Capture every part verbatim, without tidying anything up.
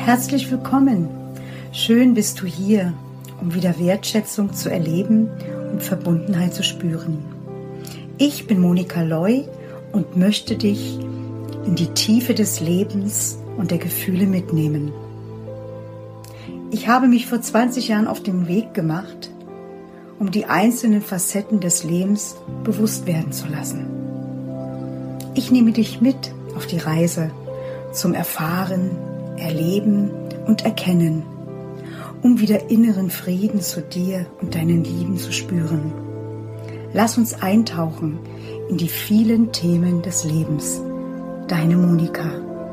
Herzlich willkommen. Schön bist du hier, um wieder Wertschätzung zu erleben und Verbundenheit zu spüren. Ich bin Monika Loy und möchte dich in die Tiefe des Lebens und der Gefühle mitnehmen. Ich habe mich vor zwanzig Jahren auf den Weg gemacht, um die einzelnen Facetten des Lebens bewusst werden zu lassen. Ich nehme dich mit auf die Reise zum Erfahren, Erleben und Erkennen, um wieder inneren Frieden zu dir und deinen Lieben zu spüren. Lass uns eintauchen in die vielen Themen des Lebens. Deine Monika.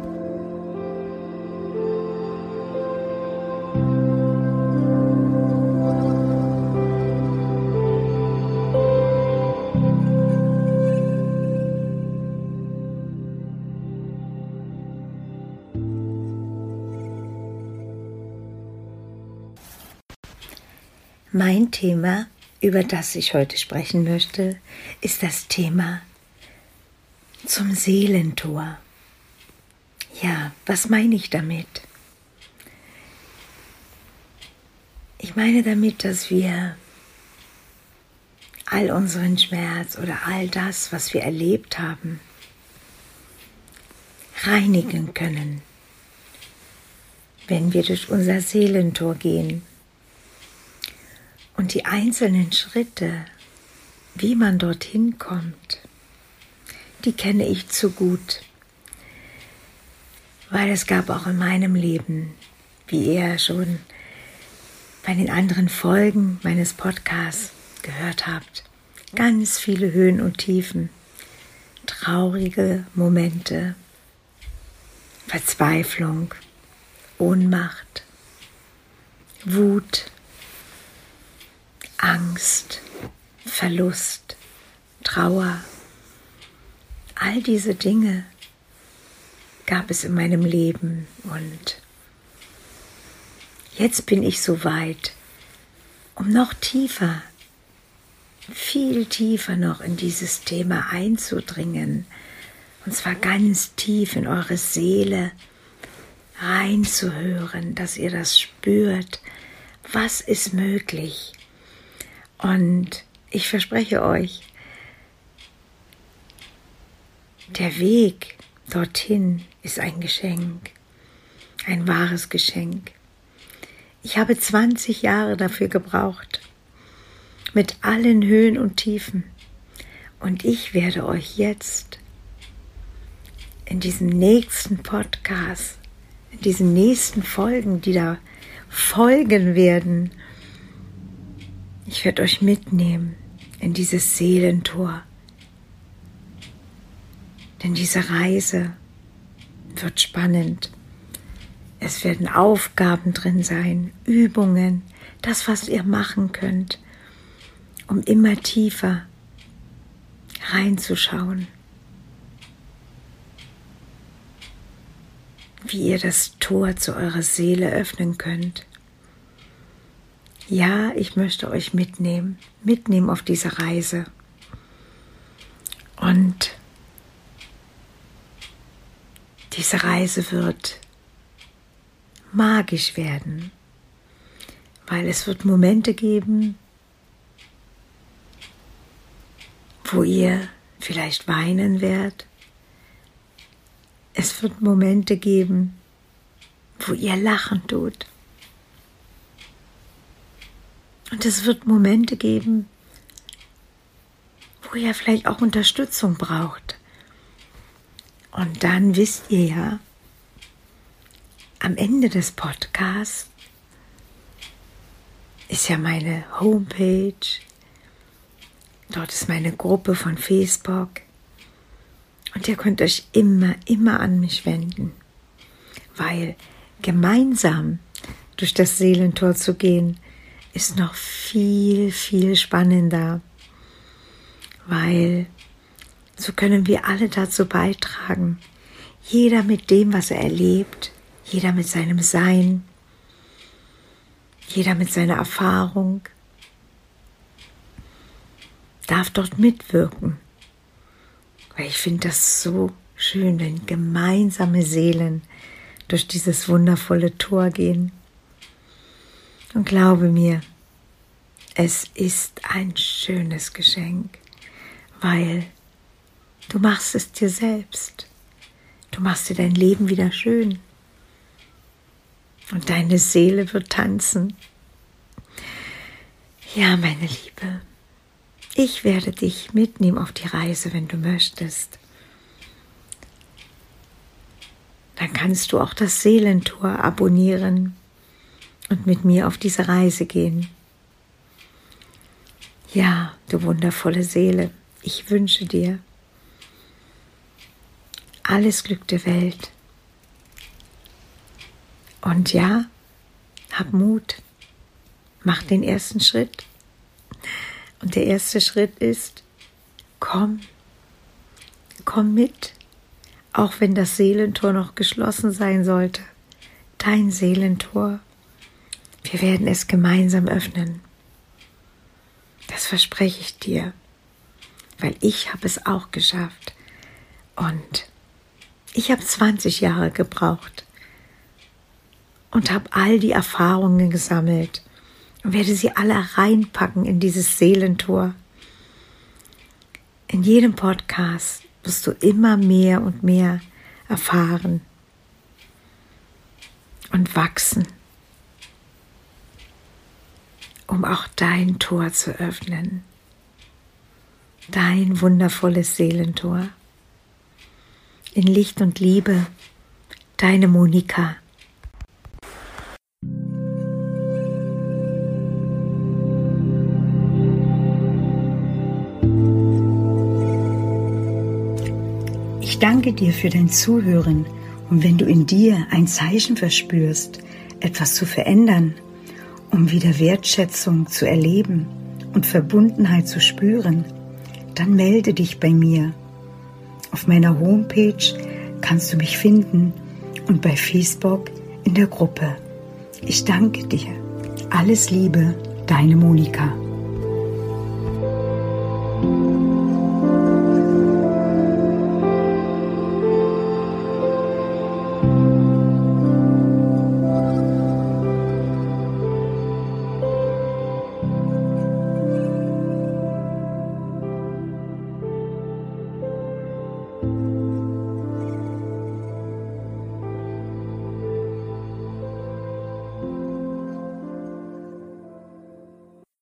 Mein Thema, über das ich heute sprechen möchte, ist das Thema zum Seelentor. Ja, was meine ich damit? Ich meine damit, dass wir all unseren Schmerz oder all das, was wir erlebt haben, reinigen können, wenn wir durch unser Seelentor gehen. Und die einzelnen Schritte, wie man dorthin kommt, die kenne ich zu gut. Weil es gab auch in meinem Leben, wie ihr schon bei den anderen Folgen meines Podcasts gehört habt, ganz viele Höhen und Tiefen, traurige Momente, Verzweiflung, Ohnmacht, Wut, Angst, Verlust, Trauer, all diese Dinge gab es in meinem Leben und jetzt bin ich so weit, um noch tiefer, viel tiefer noch in dieses Thema einzudringen und zwar ganz tief in eure Seele reinzuhören, dass ihr das spürt, was ist möglich. Und ich verspreche euch, der Weg dorthin ist ein Geschenk, ein wahres Geschenk. Ich habe zwanzig Jahre dafür gebraucht, mit allen Höhen und Tiefen. Und ich werde euch jetzt in diesem nächsten Podcast, in diesen nächsten Folgen, die da folgen werden, ich werde euch mitnehmen in dieses Seelentor. Denn diese Reise wird spannend. Es werden Aufgaben drin sein, Übungen, das, was ihr machen könnt, um immer tiefer reinzuschauen. Wie ihr das Tor zu eurer Seele öffnen könnt. Ja, ich möchte euch mitnehmen, mitnehmen auf diese Reise. Und diese Reise wird magisch werden, weil es wird Momente geben, wo ihr vielleicht weinen werdet. Es wird Momente geben, wo ihr lachen tut. Und es wird Momente geben, wo ihr vielleicht auch Unterstützung braucht. Und dann wisst ihr ja, am Ende des Podcasts ist ja meine Homepage, dort ist meine Gruppe von Facebook und ihr könnt euch immer, immer an mich wenden, weil gemeinsam durch das Seelentor zu gehen, ist noch viel, viel spannender, weil so können wir alle dazu beitragen, jeder mit dem, was er erlebt, jeder mit seinem Sein, jeder mit seiner Erfahrung, darf dort mitwirken, weil ich finde das so schön, wenn gemeinsame Seelen durch dieses wundervolle Tor gehen. Und glaube mir, es ist ein schönes Geschenk, weil du machst es dir selbst. Du machst dir dein Leben wieder schön. Und deine Seele wird tanzen. Ja, meine Liebe, ich werde dich mitnehmen auf die Reise, wenn du möchtest. Dann kannst du auch das Seelentor abonnieren und mit mir auf diese Reise gehen. Ja, du wundervolle Seele, ich wünsche dir alles Glück der Welt. Und ja, hab Mut, mach den ersten Schritt. Und der erste Schritt ist, komm, komm mit, auch wenn das Seelentor noch geschlossen sein sollte. Dein Seelentor, wir werden es gemeinsam öffnen. Das verspreche ich dir, weil ich habe es auch geschafft. Und ich habe zwanzig Jahre gebraucht und habe all die Erfahrungen gesammelt und werde sie alle reinpacken in dieses Seelentor. In jedem Podcast wirst du immer mehr und mehr erfahren und wachsen, um auch dein Tor zu öffnen. Dein wundervolles Seelentor. In Licht und Liebe, deine Monika. Ich danke dir für dein Zuhören und wenn du in dir ein Zeichen verspürst, etwas zu verändern, um wieder Wertschätzung zu erleben und Verbundenheit zu spüren, dann melde dich bei mir. Auf meiner Homepage kannst du mich finden und bei Facebook in der Gruppe. Ich danke dir. Alles Liebe, deine Monika.